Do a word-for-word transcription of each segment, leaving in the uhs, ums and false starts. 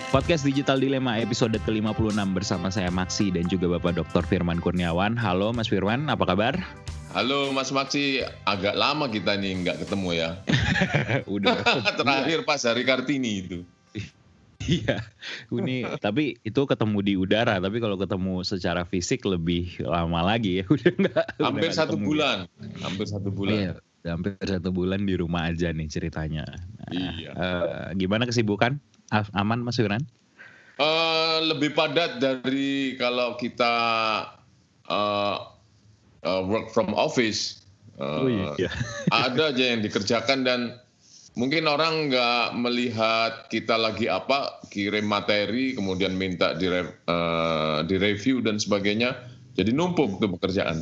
Podcast Digital Dilema episode ke lima puluh enam bersama saya Maksi dan juga Bapak Doktor Firman Kurniawan. Halo Mas Firman, apa kabar? Halo Mas Maksi, agak lama kita nih nggak ketemu ya. Udah. Terakhir pas hari Kartini itu. Iya, ini tapi itu ketemu di udara, tapi kalau ketemu secara fisik lebih lama lagi ya. Udah nggak. Hampir udah satu ketemu. bulan, hampir satu bulan. Iya, hampir satu bulan di rumah aja nih ceritanya. Nah, Iya. uh, gimana kesibukan? Aman Mas Firman? Uh, lebih padat dari kalau kita uh, uh, work from office. Uh, Oh iya. Ada aja yang dikerjakan dan mungkin orang nggak melihat kita lagi apa, kirim materi, kemudian minta dire, uh, direview dan sebagainya. Jadi numpuk tuh pekerjaan.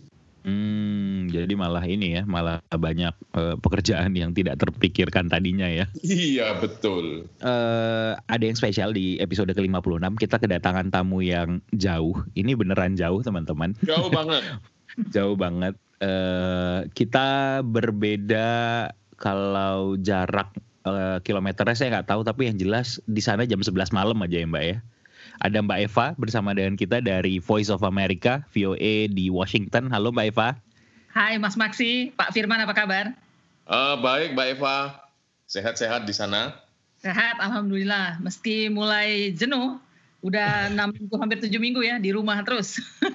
Hmm, jadi malah ini ya, malah banyak uh, pekerjaan yang tidak terpikirkan tadinya ya. Iya, betul. Uh, ada yang spesial di episode ke lima puluh enam, kita kedatangan tamu yang jauh. Ini beneran jauh teman-teman. Jauh banget. Jauh banget. Uh, kita berbeda kalau jarak uh, kilometernya saya nggak tahu, tapi yang jelas di sana jam sebelas malam aja ya Mbak ya. Ada Mbak Eva bersama dengan kita dari Voice of America, V O A di Washington. Halo Mbak Eva. Hai Mas Maksi, Pak Firman apa kabar? Uh, baik Mbak Eva, sehat-sehat di sana? Sehat, Alhamdulillah. Meski mulai jenuh, udah enam minggu, hampir tujuh minggu ya di rumah terus.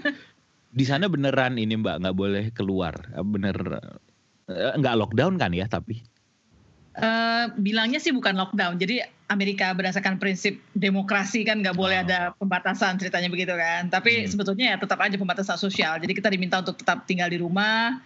Di sana beneran ini Mbak, nggak boleh keluar, bener nggak lockdown kan ya tapi? Uh, bilangnya sih bukan lockdown, jadi Amerika berdasarkan prinsip demokrasi kan nggak boleh Oh. ada pembatasan ceritanya begitu kan. Tapi Hmm. sebetulnya ya tetap aja pembatasan sosial. Jadi kita diminta untuk tetap tinggal di rumah,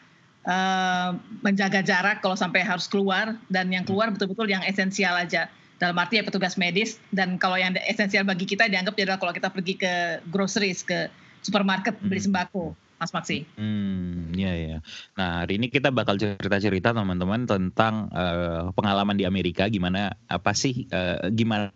uh, menjaga jarak kalau sampai harus keluar, dan yang keluar betul-betul yang esensial aja. Dalam arti ya petugas medis, dan kalau yang esensial bagi kita dianggap adalah kalau kita pergi ke groceries, ke supermarket beli sembako. Mas Maksi. Hmm, iya ya. Nah hari ini kita bakal cerita-cerita teman-teman tentang uh, pengalaman di Amerika, gimana apa sih, uh, gimana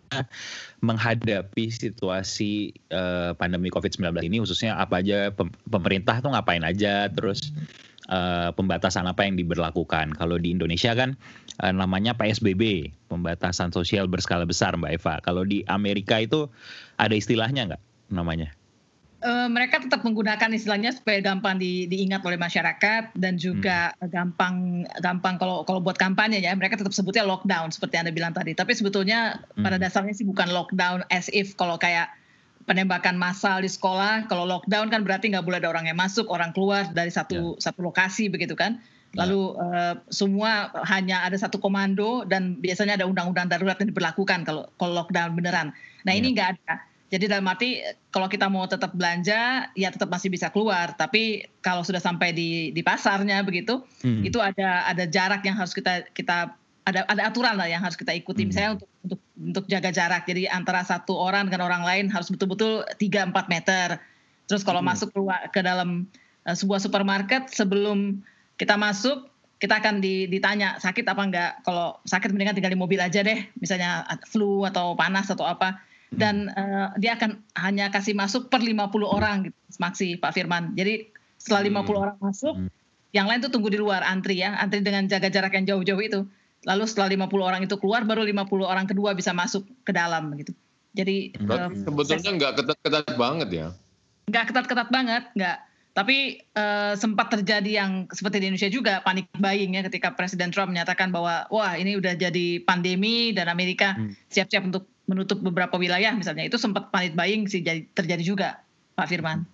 menghadapi situasi uh, pandemi covid sembilan belas ini, khususnya apa aja pem- pemerintah tuh ngapain aja, terus uh, pembatasan apa yang diberlakukan. Kalau di Indonesia kan uh, namanya P S B B, pembatasan sosial berskala besar Mbak Eva. Kalau di Amerika itu ada istilahnya nggak namanya? Uh, mereka tetap menggunakan istilahnya supaya gampang di, diingat oleh masyarakat, dan juga hmm. gampang gampang kalau kalau buat kampanye ya mereka tetap sebutnya lockdown seperti Anda bilang tadi. Tapi sebetulnya hmm. pada dasarnya sih bukan lockdown as if kalau kayak penembakan massal di sekolah. Kalau lockdown kan berarti nggak boleh ada orang yang masuk, orang keluar dari satu yeah. satu lokasi begitu kan. Lalu yeah. uh, semua hanya ada satu komando, dan biasanya ada undang-undang darurat yang diberlakukan kalau kalau lockdown beneran. Nah yeah. ini nggak ada. Jadi dalam arti kalau kita mau tetap belanja ya tetap masih bisa keluar, tapi kalau sudah sampai di di pasarnya begitu, hmm. itu ada ada jarak yang harus kita kita ada ada aturan lah yang harus kita ikuti. Hmm. Misalnya untuk untuk untuk jaga jarak. Jadi antara satu orang dengan orang lain harus betul-betul tiga sampai empat meter. Terus kalau hmm. masuk ke dalam uh, sebuah supermarket, sebelum kita masuk kita akan ditanya sakit apa enggak. Kalau sakit mendingan tinggal di mobil aja deh, misalnya flu atau panas atau apa. Dan uh, dia akan hanya kasih masuk per lima puluh orang gitu, Maksi, Pak Firman. Jadi setelah lima puluh orang masuk, hmm. yang lain tuh tunggu di luar, antri ya, antri dengan jaga jarak yang jauh-jauh itu. Lalu setelah lima puluh orang itu keluar, baru lima puluh orang kedua bisa masuk ke dalam gitu. Jadi uh, sebetulnya nggak ketat-ketat banget ya? Nggak ketat-ketat banget, nggak. Tapi uh, sempat terjadi yang seperti di Indonesia juga, panic buying ya, ketika Presiden Trump menyatakan bahwa wah ini udah jadi pandemi dan Amerika hmm. siap-siap untuk menutup beberapa wilayah misalnya. Itu sempat panic buying sih terjadi juga, Pak Firman.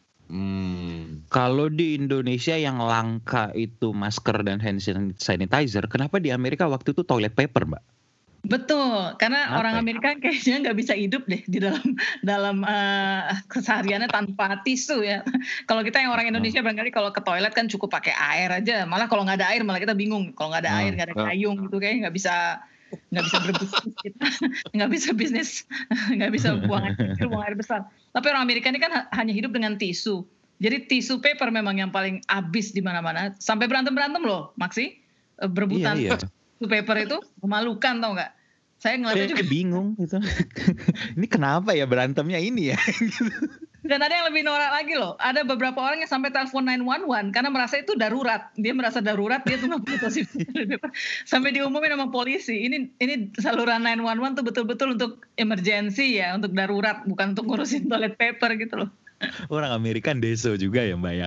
Hmm. Kalau di Indonesia yang langka itu masker dan hand sanitizer, kenapa di Amerika waktu itu toilet paper, Mbak? Betul, karena Kenapa orang ya? Amerika kayaknya nggak bisa hidup deh di dalam dalam uh, kesehariannya tanpa tisu ya. Kalau kita yang orang Indonesia hmm. barangkali kalau ke toilet kan cukup pakai air aja. Malah kalau nggak ada air malah kita bingung. Kalau nggak ada hmm. air, nggak ada gayung gitu, kayaknya nggak bisa nggak bisa berbisnis kita, nggak bisa bisnis, nggak bisa buang air kecil, buang air besar. Tapi orang Amerika ini kan hanya hidup dengan tisu. Jadi tisu paper memang yang paling habis di mana-mana. Sampai berantem-berantem loh, Maksi, berebutan. Iya, iya. Tisu paper itu memalukan, tau nggak? Saya ngeliatnya juga bingung gitu. Ini kenapa ya berantemnya ini ya? Dan ada yang lebih norak lagi loh. Ada beberapa orang yang sampai telepon sembilan satu satu karena merasa itu darurat. Dia merasa darurat, dia tuh nggak punya posisi sampai diumumin sama polisi. Ini ini saluran sembilan satu satu tuh betul-betul untuk emergency ya, untuk darurat, bukan untuk ngurusin toilet paper gitu loh. Orang Amerika deso juga ya Mbak ya.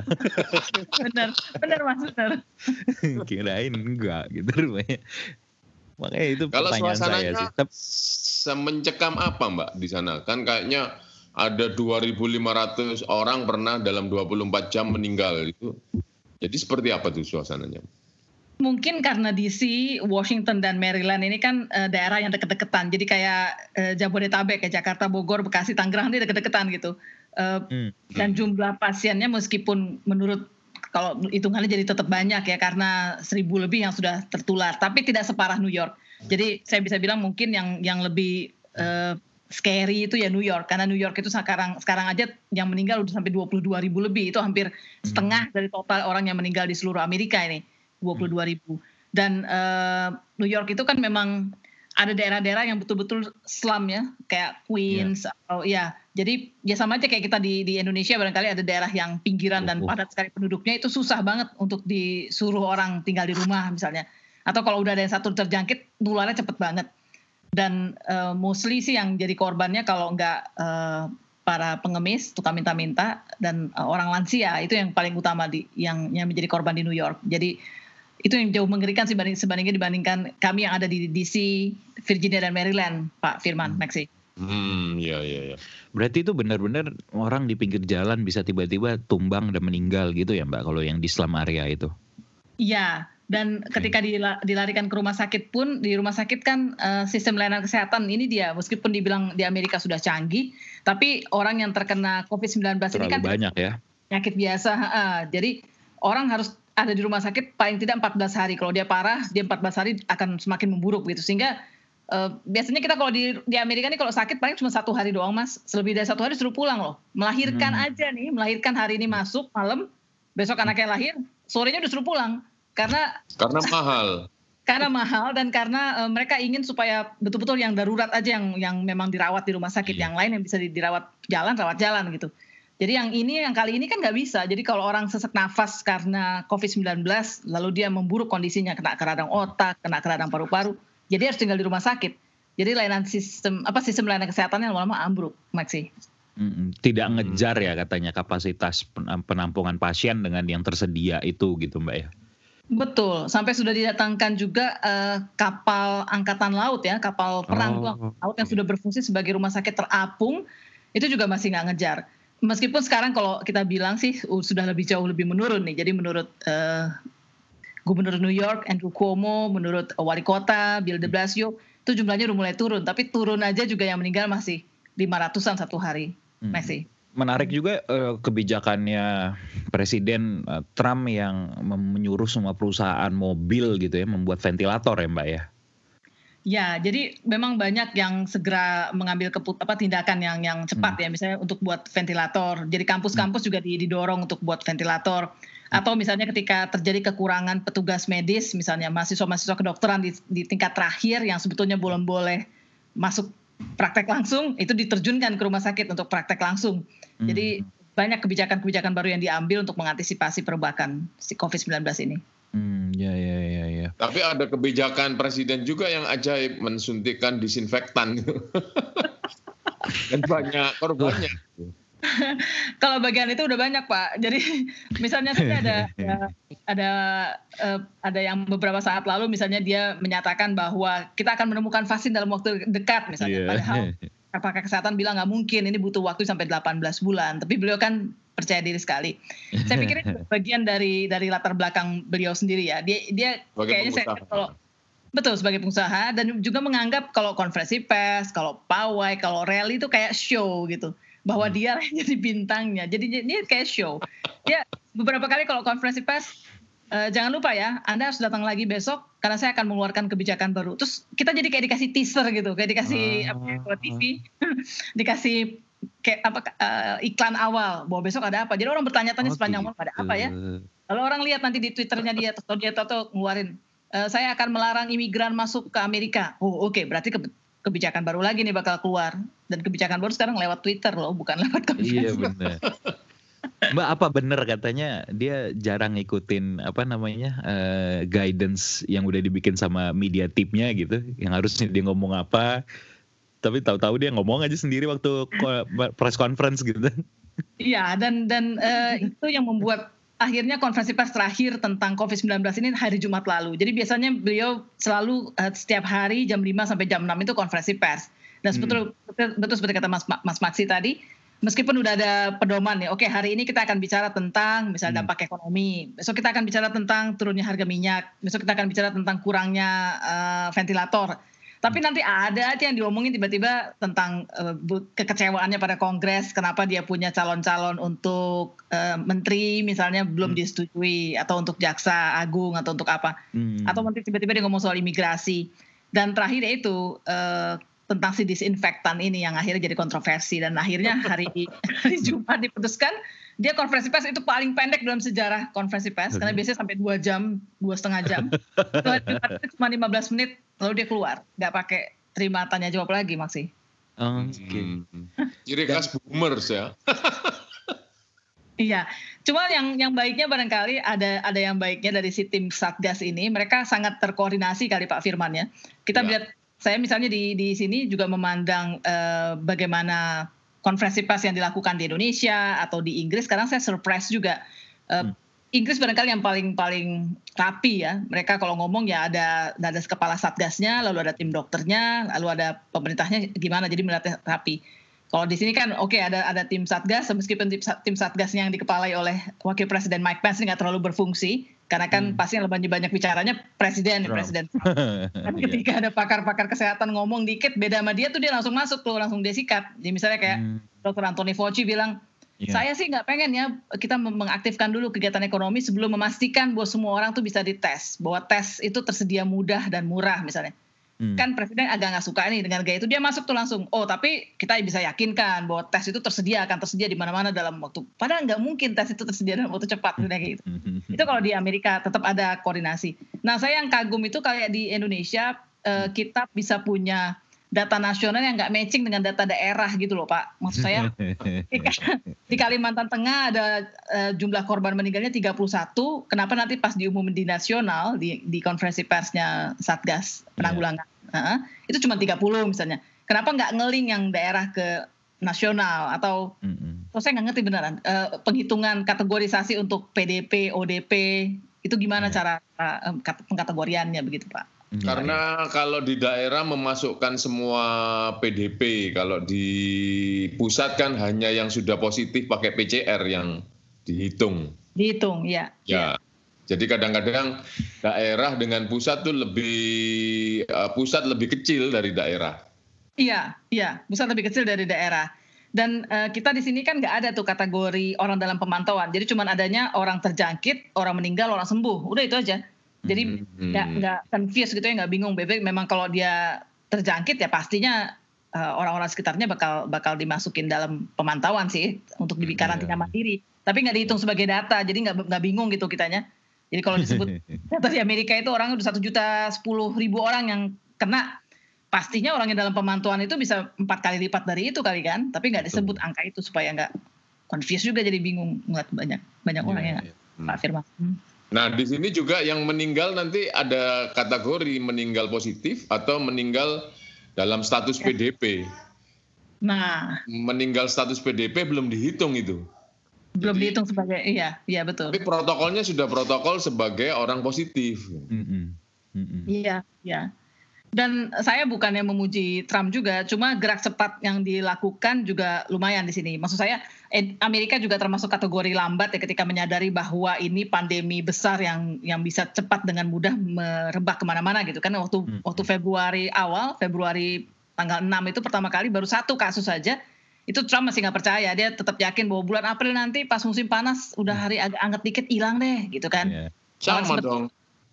Benar, benar Mas, benar. Kirain enggak gitu rupanya. Makanya itu Kalau pertanyaan saya suasananya sih. Tep- semencekam apa Mbak di sana? Kan kayaknya ada dua ribu lima ratus orang pernah dalam dua puluh empat jam meninggal itu. Jadi seperti apa tuh suasananya? Mungkin karena D C, Washington dan Maryland ini kan uh, daerah yang deket-deketan. Jadi kayak uh, Jabodetabek, kayak Jakarta, Bogor, Bekasi, Tangerang ini deket-deketan gitu. Uh, hmm. Dan jumlah pasiennya meskipun menurut kalau hitungannya jadi tetap banyak ya karena seribu lebih yang sudah tertular. Tapi tidak separah New York. Jadi saya bisa bilang mungkin yang yang lebih uh, scary itu ya New York. Karena New York itu sekarang sekarang aja yang meninggal udah sampai dua puluh dua ribu lebih. Itu hampir setengah dari total orang yang meninggal di seluruh Amerika ini. dua puluh dua ribu. Dan uh, New York itu kan memang ada daerah-daerah yang betul-betul slum ya, kayak Queens yeah. atau ya. Jadi ya sama aja kayak kita di di Indonesia barangkali ada daerah yang pinggiran dan padat sekali penduduknya, itu susah banget untuk disuruh orang tinggal di rumah misalnya. Atau kalau udah ada yang satu terjangkit, nularnya cepet banget. Dan uh, mostly sih yang jadi korbannya kalau enggak uh, para pengemis, tukang minta-minta, dan uh, orang lansia, itu yang paling utama di yang yang menjadi korban di New York. Jadi itu yang jauh mengerikan sih sebandingnya dibandingkan kami yang ada di D C, Virginia dan Maryland, Pak Firman, Maxi. Hmm, ya, ya, ya. Berarti itu benar-benar orang di pinggir jalan bisa tiba-tiba tumbang dan meninggal gitu ya Mbak, kalau yang di slum area itu? Iya, dan ketika dilarikan ke rumah sakit pun, di rumah sakit kan uh, sistem layanan kesehatan ini dia, meskipun dibilang di Amerika sudah canggih, tapi orang yang terkena covid sembilan belas ini kan banyak ya, penyakit biasa, uh, jadi orang harus ada di rumah sakit paling tidak empat belas hari. Kalau dia parah, dia empat belas hari akan semakin memburuk gitu. Sehingga uh, biasanya kita kalau di, di Amerika nih kalau sakit paling cuma satu hari doang Mas. Selebih dari satu hari suruh pulang loh. Melahirkan hmm. aja nih, melahirkan hari ini masuk malam, besok anaknya lahir, sorenya udah suruh pulang. Karena karena mahal. Karena mahal dan karena uh, mereka ingin supaya betul-betul yang darurat aja yang yang memang dirawat di rumah sakit. Yang lain yang bisa dirawat jalan, rawat jalan gitu. Jadi yang ini, yang kali ini kan nggak bisa. Jadi kalau orang sesak nafas karena covid sembilan belas, lalu dia memburuk kondisinya, kena ke radang otak, kena ke radang paru-paru, jadi harus tinggal di rumah sakit. Jadi layanan sistem, apa sistem layanan kesehatannya lama-lama ambruk, Maxi. Tidak ngejar ya katanya kapasitas penampungan pasien dengan yang tersedia itu gitu Mbak ya? Betul, sampai sudah didatangkan juga uh, kapal angkatan laut ya, kapal perang oh. laut yang sudah berfungsi sebagai rumah sakit terapung, itu juga masih nggak ngejar. Meskipun sekarang kalau kita bilang sih sudah lebih jauh lebih menurun nih. Jadi menurut uh, Gubernur New York Andrew Cuomo, menurut Wali Kota Bill de Blasio, itu jumlahnya udah mulai turun. Tapi turun aja juga yang meninggal masih lima ratusan satu hari. Hmm. Masih. Menarik juga uh, kebijakannya Presiden uh, Trump yang menyuruh semua perusahaan mobil gitu ya membuat ventilator ya Mbak ya. Ya, jadi memang banyak yang segera mengambil keput, apa, tindakan yang yang cepat hmm. ya, misalnya untuk buat ventilator. Jadi kampus-kampus hmm. juga didorong untuk buat ventilator. Atau misalnya ketika terjadi kekurangan petugas medis, misalnya mahasiswa-mahasiswa kedokteran di, di tingkat terakhir yang sebetulnya belum boleh masuk praktek langsung, itu diterjunkan ke rumah sakit untuk praktek langsung. Hmm. Jadi banyak kebijakan-kebijakan baru yang diambil untuk mengantisipasi perburukan si covid sembilan belas ini. Hmm, ya, ya, ya, ya. Tapi ada kebijakan presiden juga yang ajaib, mensuntikan disinfektan. Dan banyak korbannya. Kalau bagian itu udah banyak Pak. Jadi misalnya saja ada ada ada, uh, ada yang beberapa saat lalu misalnya dia menyatakan bahwa kita akan menemukan vaksin dalam waktu dekat misalnya. Yeah. Padahal pakar kesehatan bilang nggak mungkin, ini butuh waktu sampai delapan belas bulan. Tapi beliau kan percaya diri sekali. Saya pikir itu bagian dari dari latar belakang beliau sendiri ya. Dia dia sebagai kayaknya pengusaha. Saya kalau betul sebagai pengusaha dan juga menganggap kalau konferensi pers, kalau pawai, kalau rally itu kayak show gitu. Bahwa hmm. dia jadi bintangnya. Jadi ini kayak show. Ya beberapa kali kalau konferensi pers, uh, jangan lupa ya, Anda harus datang lagi besok karena saya akan mengeluarkan kebijakan baru. Terus kita jadi kayak dikasih teaser gitu, kayak dikasih uh, apa T V, dikasih kayak apa uh, iklan awal bahwa besok ada apa. Jadi orang bertanya-tanya oh, sepanjang malam ada apa ya. Lalu orang lihat nanti di Twitternya dia atau dia atau ngeluarin uh, saya akan melarang imigran masuk ke Amerika. Oh oke, okay. Berarti ke, kebijakan baru lagi nih bakal keluar. Dan kebijakan baru sekarang lewat Twitter loh, bukan lewat konferensi. Iya benar. Mbak, apa bener katanya dia jarang ngikutin apa namanya uh, guidance yang udah dibikin sama media tipnya gitu, yang harusnya dia ngomong apa, tapi tahu-tahu dia ngomong aja sendiri waktu press conference gitu. Iya, dan dan uh, itu yang membuat akhirnya konferensi pers terakhir tentang covid sembilan belas ini hari Jumat lalu. Jadi biasanya beliau selalu uh, setiap hari jam lima sampai jam enam itu konferensi pers. Dan betul, hmm. betul, betul seperti kata Mas, Mas Maksi tadi, meskipun udah ada pedoman nih, oke hari ini kita akan bicara tentang misalnya dampak ekonomi, besok kita akan bicara tentang turunnya harga minyak, besok kita akan bicara tentang kurangnya uh, ventilator. Tapi nanti ada aja yang diomongin tiba-tiba tentang uh, kekecewaannya pada Kongres, kenapa dia punya calon-calon untuk uh, menteri misalnya belum hmm. disetujui, atau untuk jaksa agung, atau untuk apa. Hmm. Atau nanti tiba-tiba dia ngomong soal imigrasi. Dan terakhir itu uh, tentang si disinfektan ini yang akhirnya jadi kontroversi. Dan akhirnya hari, hari Jumat diputuskan, dia konferensi pers itu paling pendek dalam sejarah konferensi pers, karena biasanya sampai dua jam, dua setengah jam. Cuma lima belas menit, lalu dia keluar. Nggak pakai terima tanya jawab lagi, Maksi. Oh, oke. Okay. Jadi khas boomers ya. Iya, cuma yang yang baiknya barangkali ada ada yang baiknya dari si tim Satgas ini, mereka sangat terkoordinasi kali Pak Firman ya. Kita ya. Lihat, saya misalnya di di sini juga memandang uh, bagaimana konferensi pers yang dilakukan di Indonesia atau di Inggris. Sekarang saya surprise juga. Uh, hmm. Inggris barangkali yang paling paling rapi ya. Mereka kalau ngomong ya ada ada kepala satgasnya, lalu ada tim dokternya, lalu ada pemerintahnya gimana. Jadi melihatnya rapi. Kalau di sini kan oke okay, ada ada tim satgas, meskipun tim, tim satgasnya yang dikepalai oleh Wakil Presiden Mike Pence nggak terlalu berfungsi. Karena kan hmm. pasti yang lebih banyak bicaranya presiden, Trump. presiden. Dan ketika ada pakar-pakar kesehatan ngomong dikit, beda sama dia tuh dia langsung masuk tuh, langsung dia sikat. Jadi misalnya kayak hmm. dokter Anthony Fauci bilang, yeah. saya sih nggak pengen ya kita mengaktifkan dulu kegiatan ekonomi sebelum memastikan bahwa semua orang tuh bisa dites, bahwa tes itu tersedia mudah dan murah misalnya. Hmm. Kan presiden agak nggak suka nih dengan gaya itu, dia masuk tuh langsung, oh tapi kita bisa yakinkan bahwa tes itu tersedia, akan tersedia di mana-mana dalam waktu, padahal nggak mungkin tes itu tersedia dalam waktu cepat, kayak gitu. Itu kalau di Amerika tetap ada koordinasi. Nah saya yang kagum itu kayak di Indonesia eh, kita bisa punya data nasional yang nggak matching dengan data daerah gitu loh Pak. Maksud saya di Kalimantan Tengah ada uh, jumlah korban meninggalnya tiga puluh satu. Kenapa nanti pas diumumin di nasional di, di konferensi persnya Satgas penanggulangan yeah. uh, itu cuma tiga puluh misalnya. Kenapa nggak ngeling yang daerah ke nasional atau mm-hmm. oh, saya nggak ngerti beneran uh, penghitungan kategorisasi untuk P D P, O D P itu gimana yeah. cara uh, pengkategoriannya begitu Pak? Karena kalau di daerah memasukkan semua P D P, kalau di pusat kan hanya yang sudah positif pakai P C R yang dihitung. Dihitung, ya. Ya. Jadi kadang-kadang daerah dengan pusat tuh lebih uh, pusat lebih kecil dari daerah. Iya, iya, pusat lebih kecil dari daerah. Dan uh, kita di sini kan nggak ada tuh kategori orang dalam pemantauan. Jadi cuma adanya orang terjangkit, orang meninggal, orang sembuh. Udah itu aja. Jadi nggak hmm. nggak confused gitu ya, nggak bingung. Bebek memang kalau dia terjangkit ya pastinya uh, orang-orang sekitarnya bakal bakal dimasukin dalam pemantauan sih untuk di karantina mandiri. Tapi nggak dihitung sebagai data, jadi nggak nggak bingung gitu kitanya. Jadi kalau disebut data di Amerika itu orang udah satu juta sepuluh ribu orang yang kena, pastinya orang yang dalam pemantauan itu bisa empat kali lipat dari itu kali kan. Tapi nggak disebut angka itu supaya nggak confused juga, jadi bingung ngeliat banyak banyak ya, orang yang ya. Pak Firman. Hmm. Nah, di sini juga yang meninggal nanti ada kategori meninggal positif atau meninggal dalam status P D P. Nah, meninggal status P D P belum dihitung itu. Belum Jadi, dihitung sebagai, iya, iya betul. Tapi protokolnya sudah protokol sebagai orang positif. Mm-hmm. Mm-hmm. Iya, iya. Dan saya bukannya memuji Trump juga, cuma gerak cepat yang dilakukan juga lumayan di sini. Maksud saya, Amerika juga termasuk kategori lambat ya ketika menyadari bahwa ini pandemi besar yang yang bisa cepat dengan mudah merebak kemana-mana gitu kan. Waktu hmm. waktu Februari awal, Februari tanggal enam itu pertama kali baru satu kasus saja. Itu Trump masih nggak percaya, dia tetap yakin bahwa bulan April nanti pas musim panas udah hari agak anget dikit hilang deh gitu kan. Yeah. Sama dong.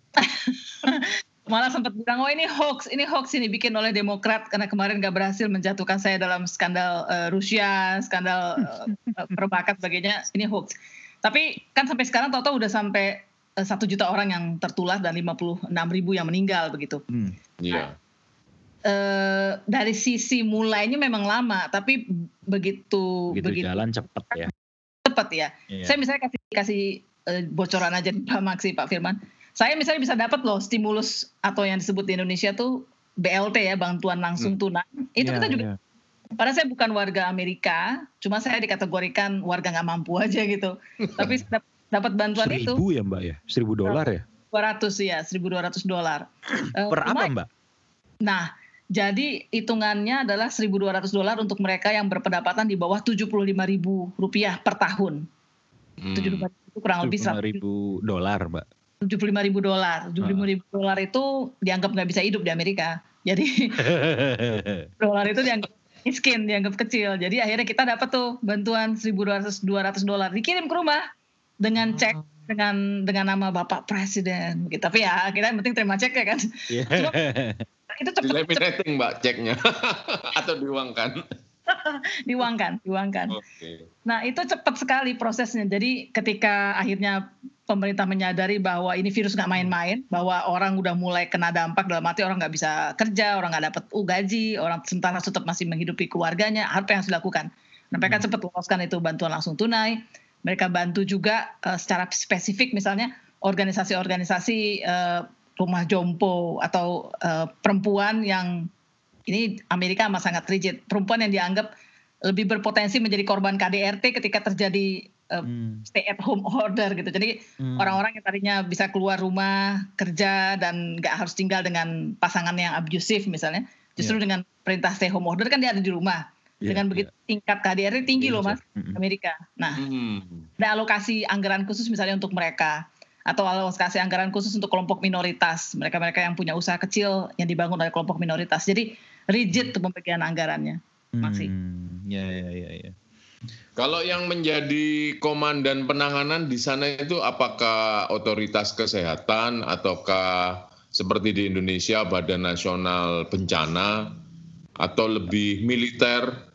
Malah sempat bilang, oh ini hoax, ini hoax ini bikin oleh Demokrat karena kemarin nggak berhasil menjatuhkan saya dalam skandal uh, Rusia, skandal uh, perbakat sebagainya, ini hoax. Tapi kan sampai sekarang tahu-tahu udah sampai satu uh, juta orang yang tertular dan lima puluh enam ribu yang meninggal begitu. Hmm. Yeah. uh, dari sisi mulainya memang lama, tapi begitu begitu, begitu jalan cepat ya. Cepat ya. Iya. Saya misalnya kasih kasih uh, bocoran aja Pak Maksi, Pak Firman. Saya misalnya bisa dapat loh stimulus atau yang disebut di Indonesia tuh B L T ya, bantuan langsung tunai. Hmm. Itu yeah, kita juga. Yeah. Padahal saya bukan warga Amerika, cuma saya dikategorikan warga nggak mampu aja gitu. Tapi dapat bantuan seribu itu. Seribu ya Mbak ya? Seribu dolar ya? dua ratus ya, seribu dua ratus dolar. Per uh, apa Mbak? Nah, jadi hitungannya adalah seribu dua ratus dolar untuk mereka yang berpendapatan di bawah tujuh puluh lima ribu rupiah per tahun. Hmm. tujuh puluh lima ribu kurang lebih tujuh puluh lima ribu dolar Mbak. tujuh puluh lima ribu dolar. tujuh puluh lima ribu dolar itu dianggap nggak bisa hidup di Amerika. Jadi dolar itu dianggap miskin, dianggap kecil. Jadi akhirnya kita dapat tuh bantuan seribu dua ratus dua ratus dolar dikirim ke rumah dengan cek oh. dengan dengan nama Bapak Presiden. Gitu. Tapi ya kita yang penting terima cek ya kan. Yeah. Cuma, itu cepet, dilaminating Mbak ceknya atau diuangkan? diuangkan, diuangkan. Okay. Nah itu cepat sekali prosesnya. Jadi ketika akhirnya pemerintah menyadari bahwa ini virus nggak main-main, bahwa orang udah mulai kena dampak dalam arti orang nggak bisa kerja, orang nggak dapat uh, gaji, orang sementara tetap masih menghidupi keluarganya, apa yang harus dilakukan? Nah, mereka hmm. cepat loloskan itu bantuan langsung tunai. Mereka bantu juga uh, secara spesifik misalnya organisasi-organisasi uh, rumah jompo atau uh, perempuan yang ini Amerika amat sangat rigid, perempuan yang dianggap lebih berpotensi menjadi korban K D R T ketika terjadi uh, hmm. stay at home order gitu. Jadi hmm. orang-orang yang tadinya bisa keluar rumah kerja dan nggak harus tinggal dengan pasangan yang abusif misalnya, justru yeah. dengan perintah stay home order kan dia ada di rumah. Yeah, dengan begitu yeah. tingkat K D R T tinggi yeah, loh mas mm-hmm. Amerika. Nah mm. ada alokasi anggaran khusus misalnya untuk mereka, atau alokasi anggaran khusus untuk kelompok minoritas, mereka-mereka yang punya usaha kecil yang dibangun oleh kelompok minoritas. Jadi rigid tuh pembagian anggarannya, Maksi. Hmm, ya, ya, ya, ya. Kalau yang menjadi komandan penanganan di sana itu apakah otoritas kesehatan ataukah seperti di Indonesia Badan Nasional Bencana atau lebih militer?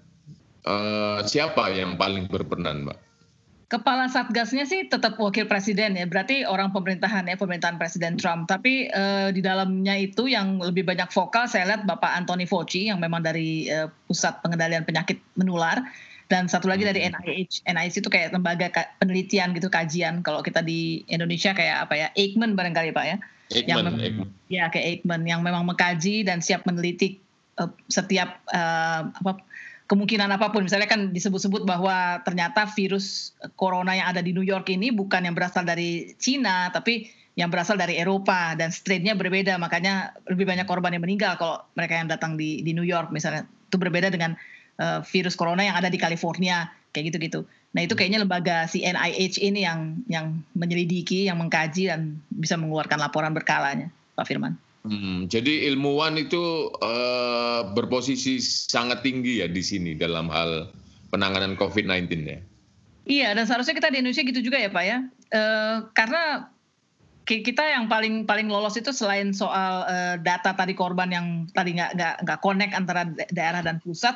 Uh, siapa yang paling berperan, Mbak? Kepala Satgasnya sih tetap wakil presiden ya, berarti orang pemerintahan ya, pemerintahan Presiden Trump. Tapi eh, di dalamnya itu yang lebih banyak vokal saya lihat Bapak Anthony Fauci yang memang dari eh, Pusat Pengendalian Penyakit Menular, dan satu lagi dari N I H. N I H itu kayak lembaga penelitian gitu, kajian. Kalau kita di Indonesia kayak apa ya, Eijkman barangkali Pak ya. Eijkman, yang memang, Eijkman. Ya kayak Eijkman yang memang mengkaji dan siap meneliti eh, setiap eh, apa kemungkinan apapun. Misalnya kan disebut-sebut bahwa ternyata virus corona yang ada di New York ini bukan yang berasal dari Cina, tapi yang berasal dari Eropa, dan strain-nya berbeda, makanya lebih banyak korban yang meninggal kalau mereka yang datang di, di New York misalnya. Itu berbeda dengan uh, virus corona yang ada di California, kayak gitu-gitu. Nah itu kayaknya lembaga si N I H ini yang yang menyelidiki, yang mengkaji, dan bisa mengeluarkan laporan berkalanya, Pak Firman. Hmm, jadi ilmuwan itu uh, berposisi sangat tinggi ya di sini dalam hal penanganan covid sembilan belas ya. Iya, dan seharusnya kita di Indonesia gitu juga ya Pak ya. Uh, karena kita yang paling paling lolos itu selain soal uh, data tadi korban yang tadi nggak nggak nggak connect antara daerah dan pusat,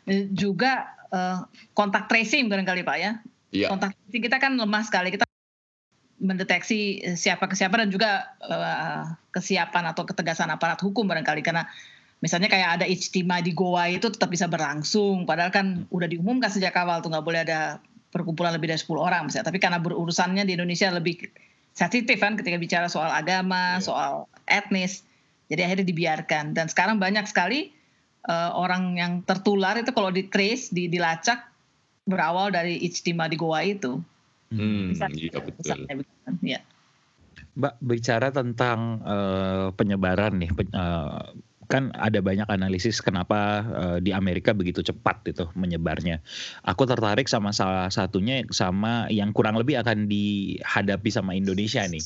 juga uh, kontak tracing barangkali Pak ya. Iya. Kontak tracing kita kan lemah sekali. Kita mendeteksi siapa ke siapa, dan juga uh, kesiapan atau ketegasan aparat hukum barangkali, karena misalnya kayak ada ijtima di Goa itu tetap bisa berlangsung, padahal kan udah diumumkan sejak awal tuh nggak boleh ada perkumpulan lebih dari sepuluh orang misalnya. Tapi karena berurusannya di Indonesia lebih sensitif kan ketika bicara soal agama, yeah. soal etnis, jadi akhirnya dibiarkan. Dan sekarang banyak sekali uh, orang yang tertular itu kalau di trace, di, dilacak berawal dari ijtima di Goa itu. Hmm, bisa, iya betul. Ya. Mbak, bicara tentang uh, penyebaran nih, pen, uh, kan ada banyak analisis kenapa uh, di Amerika begitu cepat itu menyebarnya. Aku tertarik sama salah satunya, sama yang kurang lebih akan dihadapi sama Indonesia nih,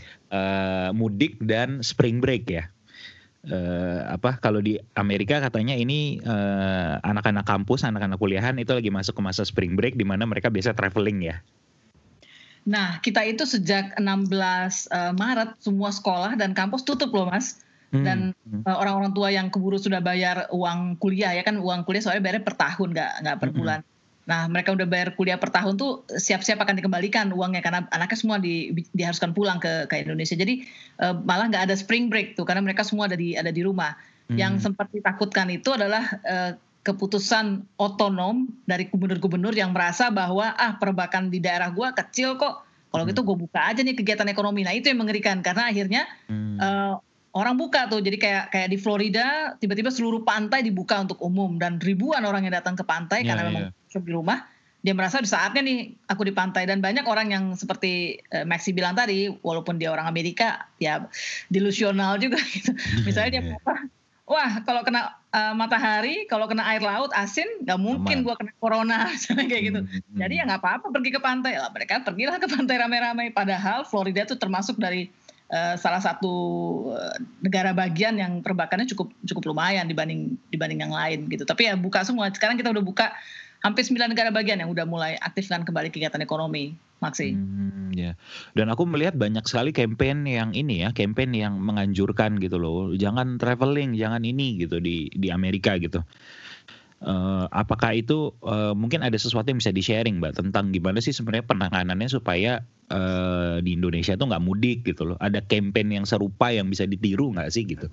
uh, mudik dan spring break ya. Uh, apa kalau di Amerika katanya ini uh, anak-anak kampus, anak-anak kuliahan itu lagi masuk ke masa spring break, di mana mereka biasa traveling ya. Nah, kita itu sejak enam belas Maret semua sekolah dan kampus tutup loh, Mas. Hmm. Dan uh, orang-orang tua yang keburu sudah bayar uang kuliah, ya kan uang kuliah soalnya bayarnya per tahun, nggak nggak per bulan. Hmm. Nah, mereka udah bayar kuliah per tahun tuh siap-siap akan dikembalikan uangnya karena anaknya semua di, diharuskan pulang ke, ke Indonesia. Jadi uh, malah nggak ada spring break tuh karena mereka semua ada di ada di rumah. Hmm. Yang sempat ditakutkan itu adalah uh, keputusan otonom dari gubernur-gubernur yang merasa bahwa ah perbakan di daerah gua kecil kok. Kalau hmm. gitu gue buka aja nih kegiatan ekonomi. Nah, itu yang mengerikan karena akhirnya hmm. uh, orang buka tuh. Jadi kayak kayak di Florida tiba-tiba seluruh pantai dibuka untuk umum dan ribuan orang yang datang ke pantai yeah, karena yeah. memang di rumah, dia merasa di saatnya nih aku di pantai. Dan banyak orang yang seperti uh, Maxi bilang tadi, walaupun dia orang Amerika, ya delusional juga gitu. Misalnya dia merasa, wah kalau kena uh, matahari, kalau kena air laut asin, nggak mungkin gue kena corona, kayak gitu. Hmm. Jadi ya nggak apa-apa pergi ke pantai. Lah, mereka pergilah ke pantai ramai-ramai. Padahal Florida tuh termasuk dari uh, salah satu uh, negara bagian yang perbakannya cukup cukup lumayan dibanding dibanding yang lain gitu. Tapi ya buka semua. Sekarang kita udah buka hampir sembilan negara bagian yang udah mulai aktifkan kembali kegiatan ekonomi, Maksi. Hmm, ya. Dan aku melihat banyak sekali campaign yang ini ya, campaign yang menganjurkan gitu loh, jangan traveling, jangan ini gitu di di Amerika gitu. Uh, apakah itu uh, mungkin ada sesuatu yang bisa di-sharing, Mbak, tentang gimana sih sebenarnya penanganannya supaya uh, di Indonesia tuh nggak mudik gitu loh? Ada campaign yang serupa yang bisa ditiru nggak sih gitu?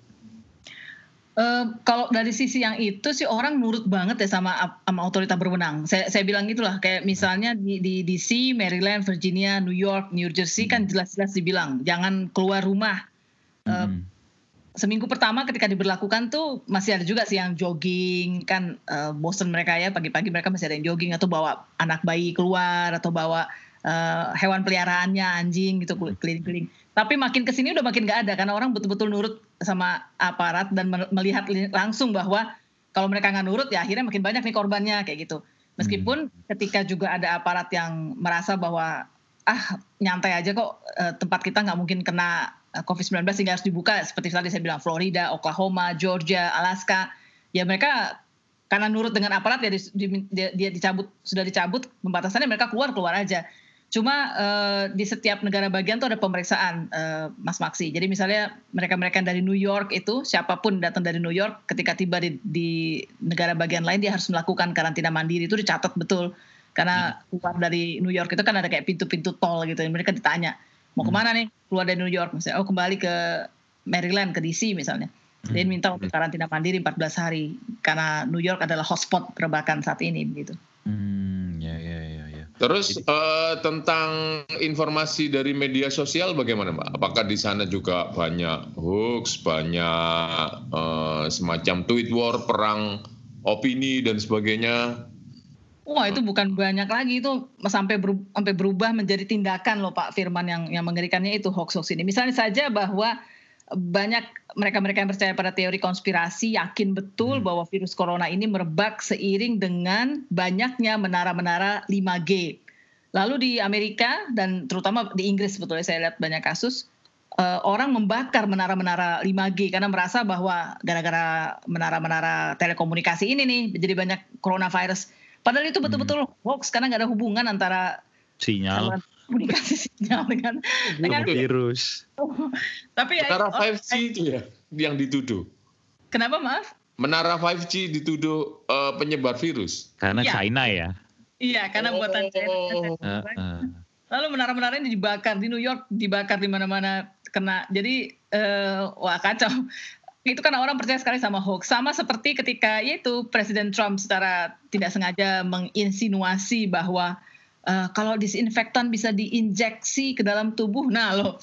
Uh, kalau dari sisi yang itu sih orang nurut banget ya sama sama otoritas berwenang. Saya saya bilang gitulah, kayak misalnya di di D C, Maryland, Virginia, New York, New Jersey kan jelas-jelas dibilang jangan keluar rumah. Uh, hmm. Seminggu pertama ketika diberlakukan tuh masih ada juga sih yang jogging kan, uh, bosen mereka ya pagi-pagi mereka masih ada yang jogging atau bawa anak bayi keluar atau bawa uh, hewan peliharaannya anjing gitu keliling-keliling. Tapi makin kesini udah makin nggak ada karena orang betul-betul nurut sama aparat dan melihat langsung bahwa kalau mereka nggak nurut ya akhirnya makin banyak nih korbannya kayak gitu. Meskipun hmm. ketika juga ada aparat yang merasa bahwa ah nyantai aja kok, eh, tempat kita nggak mungkin kena covid sembilan belas sehingga harus dibuka seperti tadi saya bilang Florida, Oklahoma, Georgia, Alaska. Ya mereka karena nurut dengan aparat ya di, di, dia, dia dicabut sudah dicabut pembatasannya, mereka keluar keluar aja. Cuma uh, di setiap negara bagian tuh ada pemeriksaan, uh, Mas Maksi. Jadi misalnya mereka-mereka dari New York itu, siapapun datang dari New York, ketika tiba di, di negara bagian lain, dia harus melakukan karantina mandiri. Itu dicatat betul. Karena keluar dari New York itu kan ada kayak pintu-pintu tol gitu. Mereka ditanya, mau kemana nih? Keluar dari New York. Misalnya, oh kembali ke Maryland, ke D C misalnya. Dia minta untuk karantina mandiri empat belas hari. Karena New York adalah hotspot perbakan saat ini. Begitu. Hmm, ya, ya, ya, ya. Terus uh, tentang informasi dari media sosial bagaimana, Mbak? Apakah di sana juga banyak hoax, banyak uh, semacam tweet war, perang opini dan sebagainya? Wah, itu bukan banyak lagi, itu sampai berubah, sampai berubah menjadi tindakan loh Pak Firman, yang yang mengerikannya itu hoax-hoax ini. Misalnya saja bahwa banyak mereka-mereka yang percaya pada teori konspirasi yakin betul hmm. bahwa virus corona ini merebak seiring dengan banyaknya menara-menara lima G. Lalu di Amerika dan terutama di Inggris sebetulnya saya lihat banyak kasus uh, orang membakar menara-menara lima G karena merasa bahwa gara-gara menara-menara telekomunikasi ini nih jadi banyak coronavirus. Padahal itu betul-betul hmm. hoax karena nggak ada hubungan antara sinyal komunikasi sinyal dengan, dengan virus. Tapi ya, menara lima G itu ya yang dituduh. Kenapa maaf? Menara lima G dituduh uh, penyebar virus. Karena ya. China ya. Iya, karena oh. buatan China. Uh, uh. Lalu menara-menara ini dibakar di New York, dibakar di mana-mana kena. Jadi uh, wah kacau. Itu karena orang percaya sekali sama hoax. Sama seperti ketika yaitu Presiden Trump secara tidak sengaja menginsinuasi bahwa Uh, kalau disinfektan bisa diinjeksi ke dalam tubuh, nah loh,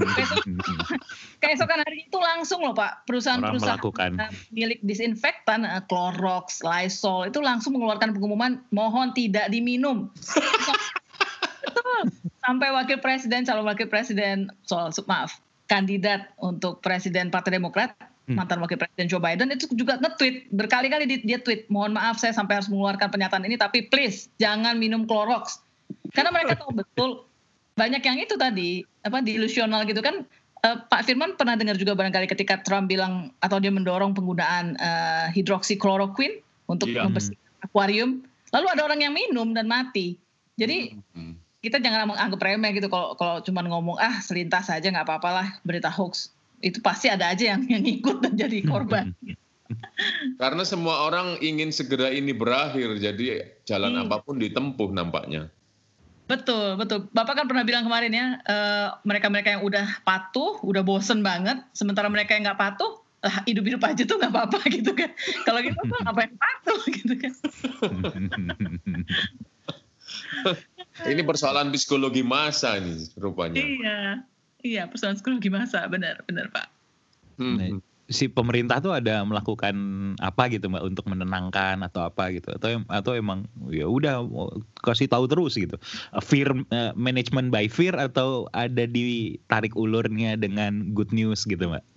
keesokan hari itu langsung loh Pak, perusahaan-perusahaan milik disinfektan, uh, Clorox, Lysol, itu langsung mengeluarkan pengumuman mohon tidak diminum. Betul. Sampai wakil presiden, calon wakil presiden, soal maaf, kandidat untuk presiden Partai Demokrat, mantan wakil presiden Joe Biden itu juga nge-tweet, berkali-kali dia tweet, mohon maaf saya sampai harus mengeluarkan pernyataan ini, tapi please jangan minum Clorox. Karena mereka tahu betul banyak yang itu tadi apa delusional gitu kan. uh, Pak Firman pernah dengar juga barangkali ketika Trump bilang atau dia mendorong penggunaan uh, hidroksikloroquine untuk yeah. membersihkan akuarium, lalu ada orang yang minum dan mati. Jadi mm-hmm. kita jangan menganggap remeh gitu kalau kalau cuma ngomong ah selintas saja nggak apa-apalah berita hoax, itu pasti ada aja yang yang ikut dan jadi korban. Karena semua orang ingin segera ini berakhir, jadi jalan Iya. apapun ditempuh nampaknya. Betul, betul. Bapak kan pernah bilang kemarin ya, eh, mereka-mereka yang udah patuh, udah bosen banget, sementara mereka yang nggak patuh, lah hidup-hidup aja tuh nggak apa-apa gitu kan. Kalau gitu tuh ngapain patuh gitu kan. Ini persoalan psikologi massa nih rupanya. Iya, iya persoalan psikologi masa, benar, benar Pak. Hmm. Nah, si pemerintah tuh ada melakukan apa gitu Mbak untuk menenangkan atau apa gitu atau atau emang ya udah kasih tahu terus gitu. Fear uh, management by fear atau ada ditarik ulurnya dengan good news gitu Mbak?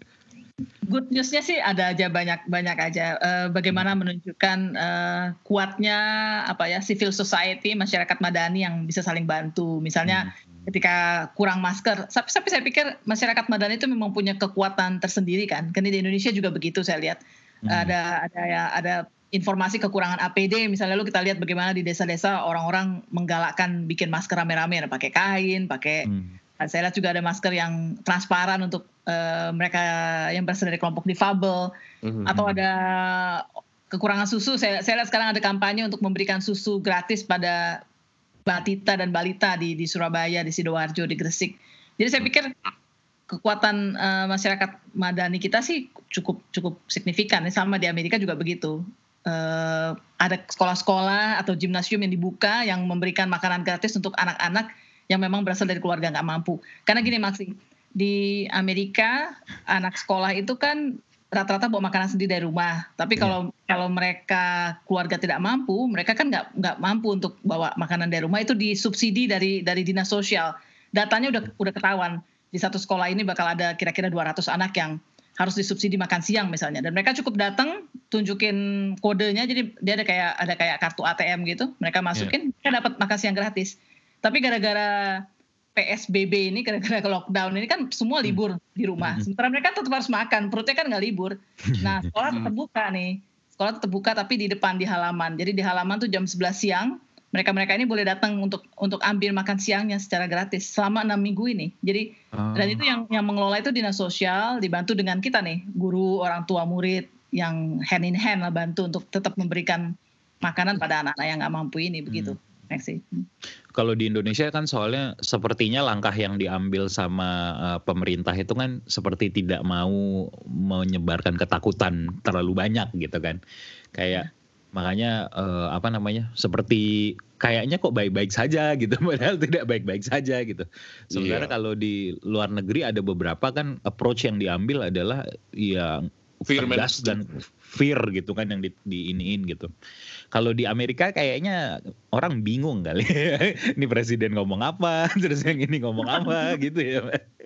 Good newsnya sih ada aja banyak banyak aja. Uh, bagaimana menunjukkan uh, kuatnya apa ya civil society, masyarakat madani yang bisa saling bantu. Misalnya hmm. ketika kurang masker, tapi, tapi saya pikir masyarakat madani itu memang punya kekuatan tersendiri kan. Karena di Indonesia juga begitu saya lihat. Hmm. Ada ada ya ada informasi kekurangan A P D. Misalnya lalu kita lihat bagaimana di desa-desa orang-orang menggalakkan bikin masker rame-rame, pakai kain, pakai hmm. Saya lihat juga ada masker yang transparan untuk uh, mereka yang berasal dari kelompok difabel. Mm-hmm. Atau ada kekurangan susu. Saya, saya lihat sekarang ada kampanye untuk memberikan susu gratis pada batita dan balita di, di Surabaya, di Sidoarjo, di Gresik. Jadi saya pikir kekuatan uh, masyarakat madani kita sih cukup cukup signifikan. Sama di Amerika juga begitu. Uh, ada sekolah-sekolah atau gimnasium yang dibuka yang memberikan makanan gratis untuk anak-anak yang memang berasal dari keluarga nggak mampu. Karena gini Maksi, di Amerika anak sekolah itu kan rata-rata bawa makanan sendiri dari rumah. Tapi kalau yeah. kalau mereka keluarga tidak mampu, mereka kan nggak nggak mampu untuk bawa makanan dari rumah, itu disubsidi dari dari dinas sosial. Datanya udah udah ketahuan di satu sekolah ini bakal ada kira-kira dua ratus anak yang harus disubsidi makan siang misalnya. Dan mereka cukup datang, tunjukin kodenya, jadi dia ada kayak ada kayak kartu A T M gitu, mereka masukin, yeah. mereka dapat makan siang gratis. Tapi gara-gara P S B B ini, gara-gara lockdown ini kan semua libur di rumah. Sementara mereka tetap harus makan, perutnya kan nggak libur. Nah sekolah tetap buka nih, sekolah tetap buka tapi di depan di halaman. Jadi di halaman tuh jam sebelas siang, mereka-mereka ini boleh datang untuk untuk ambil makan siangnya secara gratis selama enam minggu ini. Jadi oh. dan itu yang yang mengelola itu dinas sosial, dibantu dengan kita nih, guru, orang tua, murid yang hand in hand lah bantu untuk tetap memberikan makanan pada anak-anak yang nggak mampu ini begitu. Hmm. Kalau di Indonesia kan soalnya sepertinya langkah yang diambil sama uh, pemerintah itu kan seperti tidak mau menyebarkan ketakutan terlalu banyak gitu kan. Kayak hmm. makanya uh, apa namanya seperti kayaknya kok baik-baik saja gitu, padahal tidak baik-baik saja gitu. Sementara yeah. kalau di luar negeri ada beberapa kan approach yang diambil adalah yang tegas dan fear gitu kan yang di, diiniin gitu. Kalau di Amerika kayaknya orang bingung kali. Ini presiden ngomong apa, terus yang ini ngomong apa gitu ya.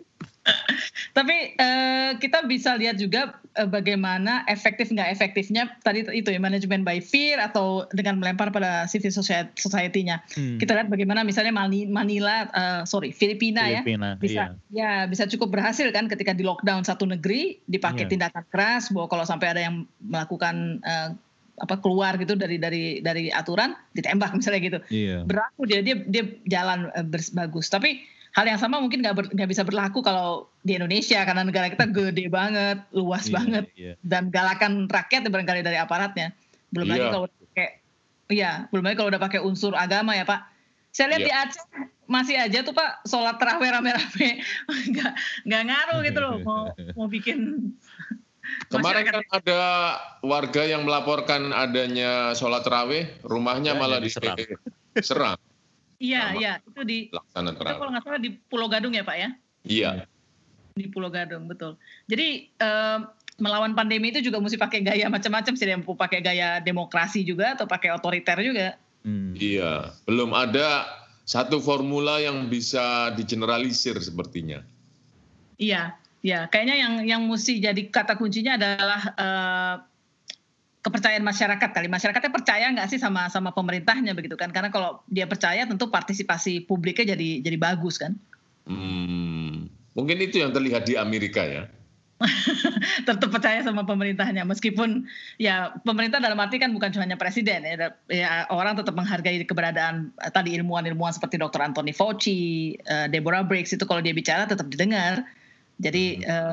Tapi uh, kita bisa lihat juga uh, bagaimana efektif nggak efektifnya tadi itu ya manajemen by fear atau dengan melempar pada civil society-nya. Hmm. Kita lihat bagaimana misalnya Manila, uh, sorry Filipina, Filipina ya bisa iya. ya bisa cukup berhasil kan ketika di lockdown satu negeri dipakai yeah. tindakan keras bahwa kalau sampai ada yang melakukan uh, apa keluar gitu dari dari dari aturan ditembak misalnya gitu. Yeah. Berlaku dia dia dia jalan uh, bagus. Tapi hal yang sama mungkin nggak nggak bisa berlaku kalau di Indonesia karena negara kita gede banget, luas yeah, banget, yeah. dan galakan rakyat barangkali dari aparatnya. Belum yeah. lagi kalau pakai, iya, belum lagi kalau udah pakai unsur agama ya Pak. Saya lihat yeah. di Aceh masih aja tuh Pak sholat tarawih rame-rame, nggak nggak ngaruh gitu loh mau mau bikin. Kemarin kan ada warga yang melaporkan adanya sholat tarawih, rumahnya ya, malah diserang. diserang. Iya, iya, itu di itu kalau nggak salah di Pulau Gadung ya Pak ya? Iya. Di Pulau Gadung, betul. Jadi um, melawan pandemi itu juga mesti pakai gaya macam-macam sih, mau pakai gaya demokrasi juga atau pakai otoriter juga. Hmm. Iya, belum ada satu formula yang bisa digeneralisir sepertinya. Iya, iya. Kayaknya yang yang mesti jadi kata kuncinya adalah uh, kepercayaan masyarakat kali. Masyarakatnya percaya nggak sih sama sama pemerintahnya begitu kan? Karena kalau dia percaya tentu partisipasi publiknya jadi jadi bagus kan? Hmm, mungkin itu yang terlihat di Amerika ya. Tetap percaya sama pemerintahnya meskipun ya pemerintah dalam arti kan bukan cuma presiden ya, ya orang tetap menghargai keberadaan tadi ilmuwan-ilmuwan seperti dokter Anthony Fauci, uh, Deborah Birx itu kalau dia bicara tetap didengar. Jadi hmm. uh,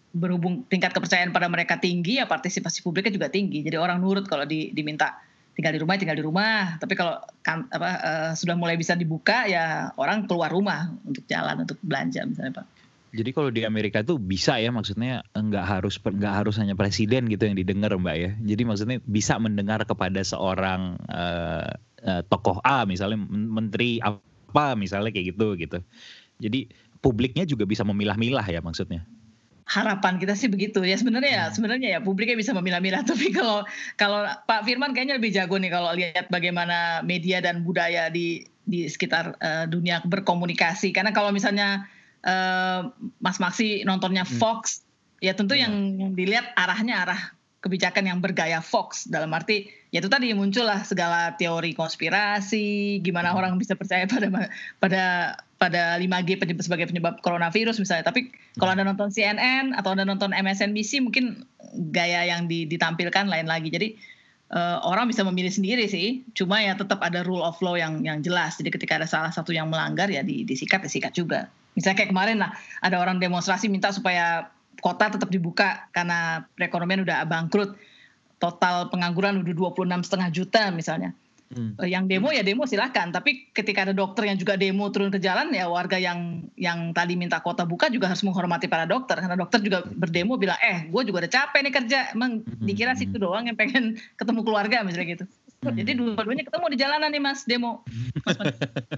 berhubung tingkat kepercayaan pada mereka tinggi, ya partisipasi publiknya juga tinggi. Jadi orang nurut kalau di, diminta tinggal di rumah, tinggal di rumah. Tapi kalau kan, apa, uh, sudah mulai bisa dibuka, ya orang keluar rumah untuk jalan, untuk belanja misalnya Pak. Jadi kalau di Amerika tuh bisa ya, maksudnya nggak harus nggak harus hanya presiden gitu yang didengar Mbak ya. Jadi maksudnya bisa mendengar kepada seorang uh, uh, tokoh A misalnya, menteri apa misalnya kayak gitu gitu. Jadi publiknya juga bisa memilah-milah ya maksudnya. Harapan kita sih begitu ya, sebenarnya ya sebenarnya ya publiknya bisa memilah-milah, tapi kalau kalau Pak Firman kayaknya lebih jago nih kalau lihat bagaimana media dan budaya di di sekitar uh, dunia berkomunikasi. Karena kalau misalnya uh, Mas Maksi nontonnya Fox, hmm. ya tentu hmm. yang, yang dilihat arahnya arah kebijakan yang bergaya Fox, dalam arti ya itu tadi muncullah segala teori konspirasi, gimana hmm. orang bisa percaya pada pada pada lima G penyebab, sebagai penyebab coronavirus misalnya. Tapi kalau Anda nonton C N N atau Anda nonton M S N B C, mungkin gaya yang ditampilkan lain lagi. Jadi uh, orang bisa memilih sendiri sih, cuma ya tetap ada rule of law yang yang jelas. Jadi ketika ada salah satu yang melanggar ya disikat, disikat juga. Misalnya kayak kemarin lah, ada orang demonstrasi minta supaya kota tetap dibuka karena perekonomian udah bangkrut. Total pengangguran udah dua puluh enam koma lima juta misalnya. Hmm. Yang demo ya demo silakan, tapi ketika ada dokter yang juga demo turun ke jalan, ya warga yang yang tadi minta kota buka juga harus menghormati para dokter, karena dokter juga berdemo bilang eh gue juga udah capek nih kerja, emang dikira situ doang yang pengen ketemu keluarga misalnya gitu. Hmm. Jadi dua-duanya ketemu di jalanan nih Mas demo. Mas, Mas.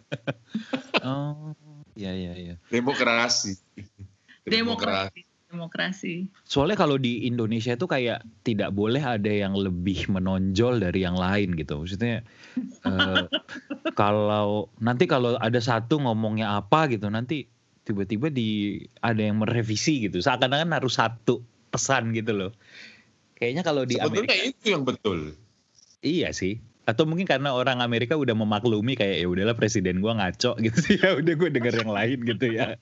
Oh iya iya iya. Demokrasi. Demokrasi. Demokrasi. Soalnya kalau di Indonesia itu kayak tidak boleh ada yang lebih menonjol dari yang lain gitu. Maksudnya uh, kalau nanti kalau ada satu ngomongnya apa gitu, nanti tiba-tiba di ada yang merevisi gitu. Seakan-akan harus satu pesan gitu loh. Kayaknya kalau di sebetulnya Amerika itu yang betul. Iya sih. Atau mungkin karena orang Amerika udah memaklumi kayak ya udahlah presiden gua ngaco gitu sih, ya udah gue denger yang lain gitu ya.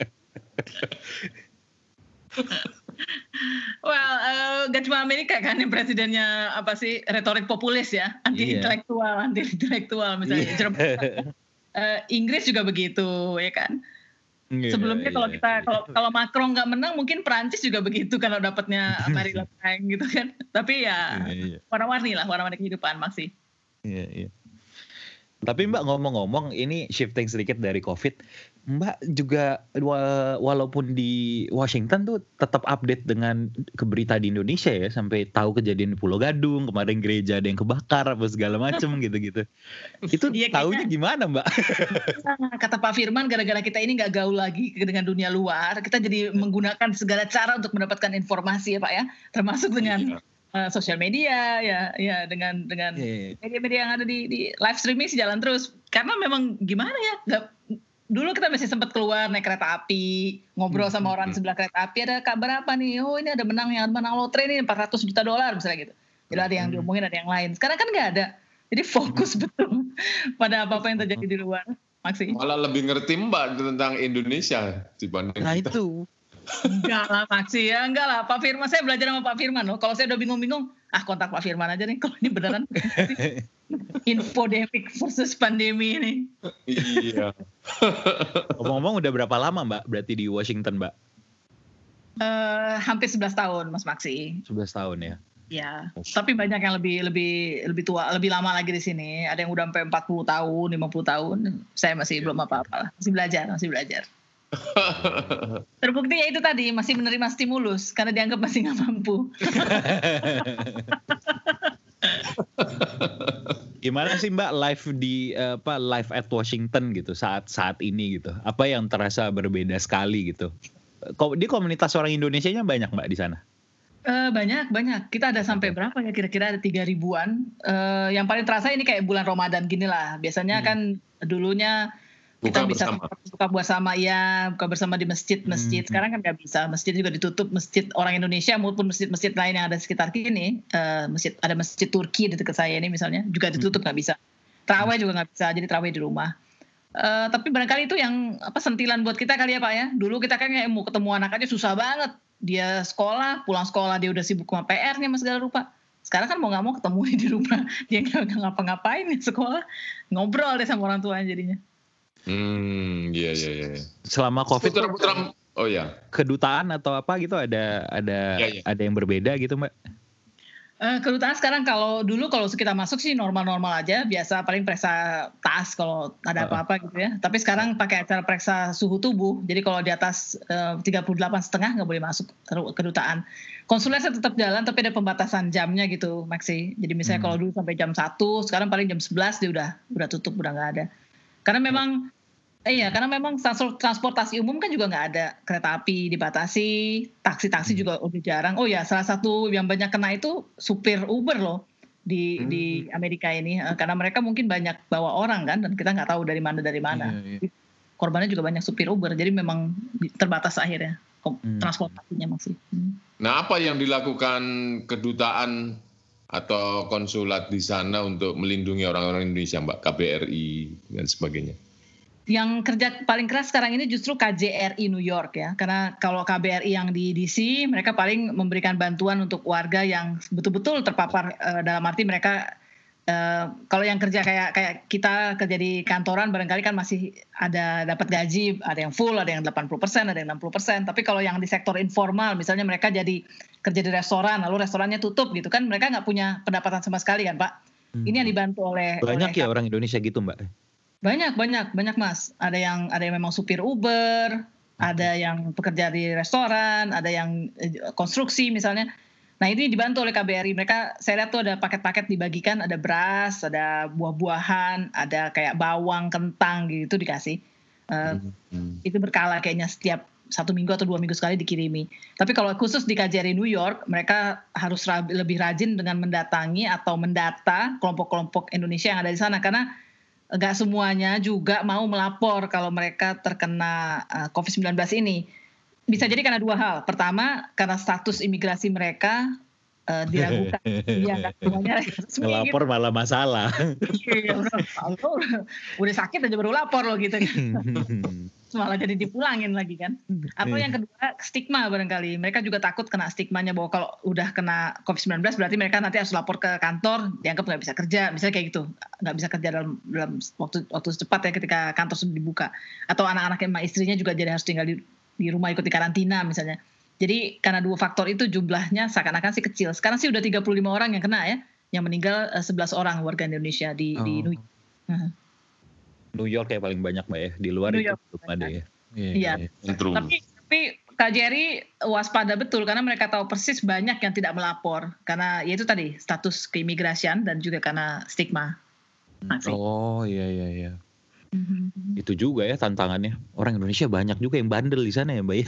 Well, uh, gak cuma Amerika kan yang presidennya apa sih retorik populis ya, anti intelektual, yeah. anti intelektual misalnya. Yeah. uh, Inggris juga begitu ya kan. Yeah, Sebelumnya yeah, kalau kita yeah. kalau kalau Macron nggak menang, mungkin Prancis juga begitu kalau dapatnya Marine Le Pen gitu kan. Tapi ya yeah, yeah. warna-warni lah, warna-warni kehidupan Maksi. Iya yeah, iya. Yeah. Tapi Mbak ngomong-ngomong, ini shifting sedikit dari COVID, Mbak juga walaupun di Washington tuh tetap update dengan keberita di Indonesia ya, sampai tahu kejadian di Pulau Gadung, kemarin gereja ada yang kebakar apa segala macem gitu-gitu. Itu ya, taunya gimana Mbak? Kata Pak Firman, gara-gara kita ini gak gaul lagi dengan dunia luar, kita jadi menggunakan segala cara untuk mendapatkan informasi ya Pak ya, termasuk dengan Uh, sosial media ya ya dengan dengan yeah. media-media yang ada di, di live streaming sih jalan terus, karena memang gimana ya, nggak dulu kita masih sempat keluar naik kereta api, ngobrol sama orang di sebelah kereta api, ada kabar apa nih, oh ini ada menang yang menang lotre nih empat ratus juta dolar misalnya gitu. Jadi ada yang diomongin, ada yang lain. Sekarang kan nggak ada, jadi fokus betul pada apa-apa yang terjadi di luar. Maksi malah lebih ngerti Mbak tentang Indonesia dibanding nah kita. Itu enggak lah Maksi ya, enggak lah Pak Firman, saya belajar sama Pak Firman loh. Kalau saya udah bingung-bingung, ah kontak Pak Firman aja nih kalau ini beneran infodemic versus pandemi ini. Iya. Ngomong-ngomong udah berapa lama Mbak berarti di Washington Mbak? Uh, hampir sebelas tahun Mas Maksi. sebelas tahun ya. Ya, tapi banyak yang lebih lebih lebih tua, lebih lama lagi di sini. Ada yang udah sampai empat puluh tahun, lima puluh tahun. Saya masih belum apa-apa, masih belajar, masih belajar. Terbukti ya itu tadi, masih menerima stimulus karena dianggap masih nggak mampu. Gimana sih Mbak live di apa live at Washington gitu saat saat ini gitu? Apa yang terasa berbeda sekali gitu? Kok di komunitas orang Indonesianya banyak Mbak di sana? Uh, banyak banyak. Kita ada sampai berapa ya? Kira-kira ada tiga ribuan. Uh, yang paling terasa ini kayak bulan Ramadan gini lah. Biasanya hmm. kan dulunya kita buka bisa bersama. buka bersama ya, buka bersama di masjid-masjid. Hmm. Sekarang kan nggak bisa, masjid juga ditutup. Masjid orang Indonesia maupun masjid-masjid lain yang ada sekitar sini, uh, masjid ada masjid Turki di dekat saya ini misalnya juga ditutup, nggak hmm. bisa. Tarawih juga nggak bisa, jadi tarawih di rumah. Uh, tapi barangkali itu yang apa sentilan buat kita kali ya Pak ya. Dulu kita kan kayak mau ketemu anak aja susah banget. Dia sekolah, pulang sekolah dia udah sibuk sama P R-nya sama segala rupa. Sekarang kan mau nggak mau ketemu di rumah, dia nggak ngapa-ngapain di sekolah, ngobrol deh sama orang tuanya jadinya. Hmm, iya iya iya. Selama COVID putra-putra Oh ya. Kedutaan atau apa gitu ada ada Ya, ya. ada yang berbeda gitu Mbak? Uh, kedutaan sekarang kalau dulu kalau kita masuk sih normal-normal aja, biasa paling periksa tas kalau ada apa-apa gitu ya. Tapi sekarang pakai acara periksa suhu tubuh, jadi kalau di atas uh, tiga puluh delapan setengah nggak boleh masuk kedutaan. Konsulernya tetap jalan tapi ada pembatasan jamnya gitu, Maxi. Jadi misalnya hmm. kalau dulu sampai jam satu, sekarang paling jam sebelas dia udah udah tutup, udah nggak ada. Karena memang Iya, karena memang transportasi umum kan juga nggak ada, kereta api dibatasi, taksi-taksi juga udah jarang. Oh ya, salah satu yang banyak kena itu supir Uber loh di hmm. di Amerika ini, karena mereka mungkin banyak bawa orang kan, dan kita nggak tahu dari mana dari mana. Iya, iya. Korbannya juga banyak supir Uber, jadi memang terbatas akhirnya hmm. transportasinya masih. Hmm. Nah, apa yang dilakukan kedutaan atau konsulat di sana untuk melindungi orang-orang Indonesia, Mbak, K B R I dan sebagainya? Yang kerja paling keras sekarang ini justru K J R I New York ya, karena kalau K B R I yang di D C mereka paling memberikan bantuan untuk warga yang betul-betul terpapar, uh, dalam arti mereka uh, kalau yang kerja kayak kayak kita kerja di kantoran barangkali kan masih ada dapat gaji, ada yang full, ada yang delapan puluh persen, ada yang enam puluh persen, tapi kalau yang di sektor informal misalnya mereka jadi kerja di restoran lalu restorannya tutup gitu kan, mereka nggak punya pendapatan sama sekali kan Pak. Hmm. Ini yang dibantu oleh banyak oleh ya orang Indonesia gitu Mbak. Banyak, banyak, banyak Mas. Ada yang ada yang memang supir Uber, ada yang pekerja di restoran, ada yang konstruksi misalnya. Nah ini dibantu oleh K B R I. Mereka, saya lihat tuh ada paket-paket dibagikan, ada beras, ada buah-buahan, ada kayak bawang, kentang gitu dikasih. Uh, hmm. Itu berkala kayaknya setiap satu minggu atau dua minggu sekali dikirimi. Tapi kalau khusus di K J R I New York, mereka harus lebih rajin dengan mendatangi atau mendata kelompok-kelompok Indonesia yang ada di sana, karena nggak semuanya juga mau melapor kalau mereka terkena uh, covid sembilan belas ini. Bisa jadi karena dua hal. Pertama, karena status imigrasi mereka uh, diragukan. Iya, nggak semuanya melapor gitu. Malah masalah. Iya, udah, udah sakit aja baru lapor loh gitu kan. Malah jadi dipulangin lagi kan. Atau yang kedua, stigma barangkali. Mereka juga takut kena stigmanya bahwa kalau udah kena covid sembilan belas berarti mereka nanti harus lapor ke kantor, dianggap nggak bisa kerja. Misalnya kayak gitu. Nggak bisa kerja dalam, dalam waktu, waktu cepat ya ketika kantor sudah dibuka. Atau anak-anaknya sama istrinya juga jadi harus tinggal di, di rumah ikut di karantina misalnya. Jadi karena dua faktor itu jumlahnya seakan-akan sih kecil. Sekarang sih udah tiga puluh lima orang yang kena ya. Yang meninggal uh, sebelas orang warga Indonesia di, oh. di New York. Uh-huh. New York kayak paling banyak Mbak ya, di luar New itu belum ada ya. Iya, iya. Tapi, tapi K J R I waspada betul karena mereka tahu persis banyak yang tidak melapor. Karena ya itu tadi status keimigrasian dan juga karena stigma. Masih. Oh iya iya iya. Mm-hmm. Itu juga ya tantangannya. Orang Indonesia banyak juga yang bandel di sana ya Mbak ya.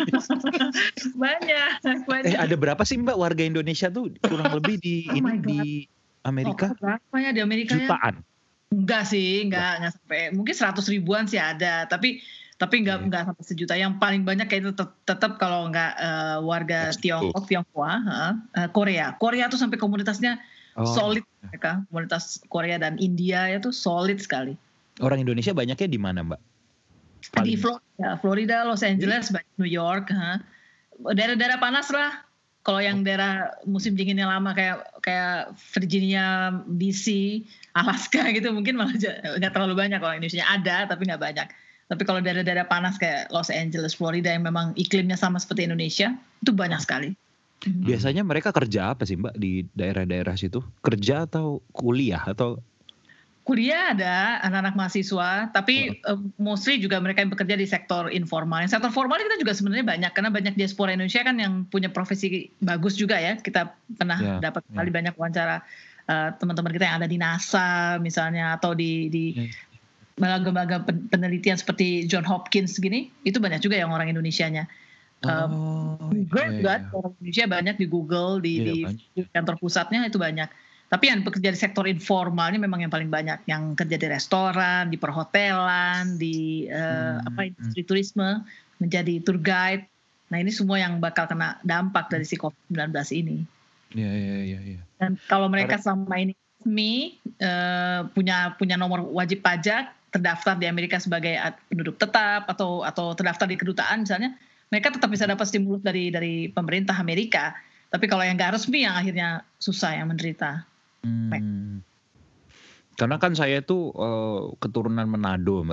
banyak, banyak. Eh ada berapa sih Mbak warga Indonesia tuh kurang lebih di oh ini di Amerika? Oh, berapa ya di Amerika jutaan. Ya? Enggak sih, enggak, enggak sampai, mungkin seratus ribuan sih ada, tapi tapi enggak, yeah. enggak sampai sejuta. Yang paling banyak kayak itu tetap, tetap kalau enggak uh, warga Tiongkok, Tionghoa, uh, uh, Korea. Korea tuh sampai komunitasnya oh. solid mereka, komunitas Korea dan India itu solid sekali. Orang Indonesia banyaknya di mana Mbak? Paling... Di Florida, Florida, Los Angeles, yeah. New York, huh? daerah-daerah panas lah. Kalau yang daerah musim dinginnya lama kayak kayak Virginia, D C, Alaska gitu mungkin malah nggak terlalu banyak orang Indonesia. Ada tapi nggak banyak. Tapi kalau daerah-daerah panas kayak Los Angeles, Florida yang memang iklimnya sama seperti Indonesia itu banyak sekali. Biasanya mereka kerja apa sih Mbak di daerah-daerah situ? Kerja atau kuliah atau? Kuliah ada anak-anak mahasiswa, tapi oh. uh, mostly juga mereka yang bekerja di sektor informal. Yang sektor formal kita juga sebenarnya banyak, karena banyak diaspora Indonesia kan yang punya profesi bagus juga ya. Kita pernah yeah, dapat yeah. kali banyak wawancara uh, teman-teman kita yang ada di NASA misalnya, atau di di yeah. lembaga penelitian seperti John Hopkins gini, itu banyak juga yang orang Indonesianya. Um, oh, Google yeah, juga yeah. orang Indonesia banyak di Google, di, yeah, di banyak. Kantor pusatnya itu banyak. Tapi yang bekerja di sektor informal ini memang yang paling banyak, yang kerja di restoran, di perhotelan, di uh, hmm. apa industri turisme, menjadi tour guide. Nah ini semua yang bakal kena dampak dari si covid sembilan belas ini. Iya iya iya. Ya. Dan kalau mereka selama ini resmi uh, punya punya nomor wajib pajak, terdaftar di Amerika sebagai penduduk tetap atau atau terdaftar di kedutaan misalnya, mereka tetap bisa dapat stimulus dari dari pemerintah Amerika. Tapi kalau yang nggak resmi yang akhirnya susah, yang menderita. Hmm. Karena kan saya tuh uh, keturunan Manado Mbak.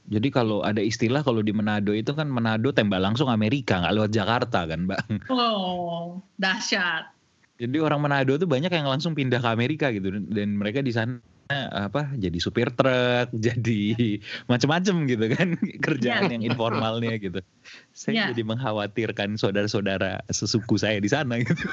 Jadi kalau ada istilah kalau di Manado itu kan Manado tembak langsung Amerika, nggak lewat Jakarta kan, Mbak. Oh, dahsyat. Jadi orang Manado tuh banyak yang langsung pindah ke Amerika gitu, dan mereka di sana apa jadi supir truk, jadi macam-macam gitu kan kerjaan Ya. yang informalnya gitu. Saya Ya. jadi mengkhawatirkan saudara-saudara sesuku saya di sana gitu.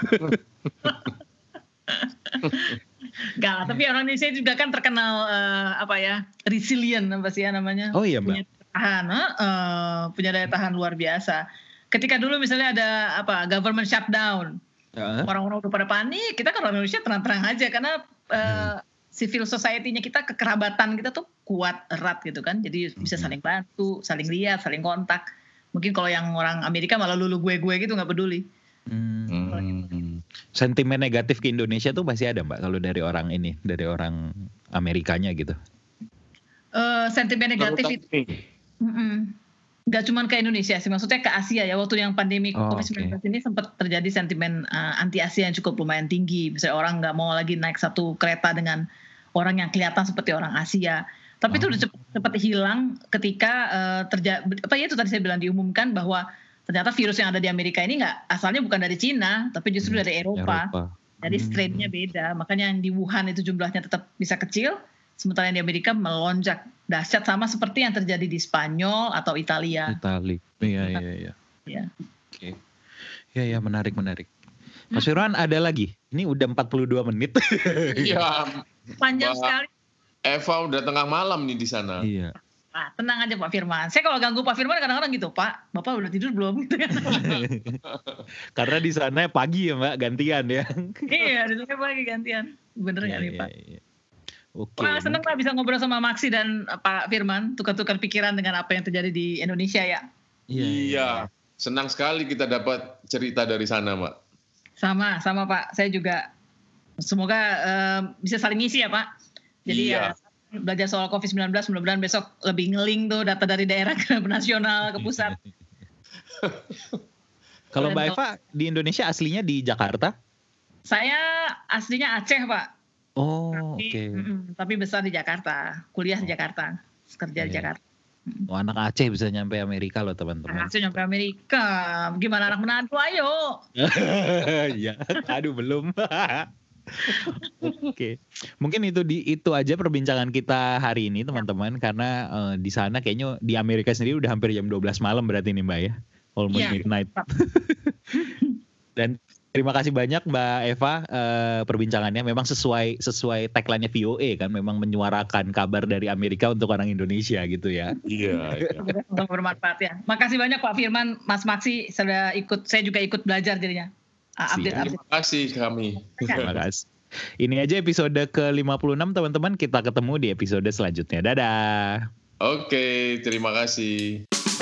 Enggak, tapi orang Indonesia juga kan terkenal eh, apa ya, resilient apa sih ya namanya? Oh iya, Mbak. Punya daya tahan, eh, punya daya tahan luar biasa. Ketika dulu misalnya ada apa government shutdown, Heeh. orang-orang udah pada panik, kita kan orang Indonesia tenang-tenang aja karena eh, civil society-nya kita, kekerabatan kita tuh kuat erat gitu kan, jadi bisa saling bantu, saling lihat, saling kontak. Mungkin kalau yang orang Amerika malah lulu gue-gue gitu nggak peduli. Hmm. Hmm. Sentimen negatif ke Indonesia tuh pasti ada, Mbak, kalau dari orang ini, dari orang Amerikanya gitu. Eh, sentimen negatif itu mm-mm. nggak cuma ke Indonesia sih, maksudnya ke Asia ya. Waktu yang pandemi Oh, covid sembilan belas ini sempat terjadi sentimen uh, anti Asia yang cukup lumayan tinggi. Misalnya orang nggak mau lagi naik satu kereta dengan orang yang kelihatan seperti orang Asia. Tapi itu Oh. udah cepat, cepat hilang ketika uh, terjadi apa ya itu tadi saya bilang diumumkan bahwa ternyata virus yang ada di Amerika ini nggak asalnya bukan dari Cina, tapi justru dari Eropa. Eropa. Jadi Hmm. strain-nya beda. Makanya yang di Wuhan itu jumlahnya tetap bisa kecil, sementara yang di Amerika melonjak dahsyat sama seperti yang terjadi di Spanyol atau Italia. Itali. Iya, iya, iya. Ya. Oke. Iya, iya, menarik, menarik. Mas Firman ada lagi? Ini udah empat puluh dua menit. Iya, Panjang Mbak sekali. Eva udah tengah malam nih di sana. Iya. Nah, tenang aja Pak Firman. Saya kalau ganggu Pak Firman kadang-kadang gitu, Pak, Bapak udah tidur belum? Gitu kan. Karena di sana pagi ya, Mbak, gantian ya. Iya, di sana pagi gantian. Bener nggak Iya, nih Pak? iya, iya. Oke. Wah, seneng lah bisa ngobrol sama Maksi dan Pak Firman, tukar-tukar pikiran dengan apa yang terjadi di Indonesia ya. Iya, Iya, senang sekali kita dapat cerita dari sana, Mbak. Sama, sama Pak. Saya juga semoga eh, bisa saling ngisi ya Pak. Jadi Iya. ya belajar soal covid sembilan belas, mudah-mudahan besok lebih ngeling tuh data dari daerah ke nasional, ke pusat. Kalau Mbak Keren, Eva di Indonesia aslinya di Jakarta? Saya aslinya Aceh Pak. Oh, Tapi, oke. mm-mm, tapi besar di Jakarta, kuliah di Jakarta, kerja di Iya. Jakarta. Oh, anak Aceh bisa nyampe Amerika loh, teman-teman. Aceh nyampe Amerika, gimana anak Manado ayo? Iya, aduh belum. Oke, mungkin itu di itu aja perbincangan kita hari ini, teman-teman, karena eh, di sana kayaknya di Amerika sendiri udah hampir jam dua belas malam berarti nih, Mbak ya, almost Iya. midnight. Dan terima kasih banyak Mbak Eva eh, perbincangannya. Memang sesuai sesuai tagline-nya V O A kan, memang menyuarakan kabar dari Amerika untuk orang Indonesia gitu ya. Iya, iya. Semoga bermanfaat ya. Makasih banyak Pak Firman, Mas Maksi sudah ikut, saya juga ikut belajar jadinya. Ah, Siap. update-update. Terima kasih kami. Terima kasih. Ini aja episode ke lima puluh enam, teman-teman. Kita ketemu di episode selanjutnya. Dadah. Oke, terima kasih.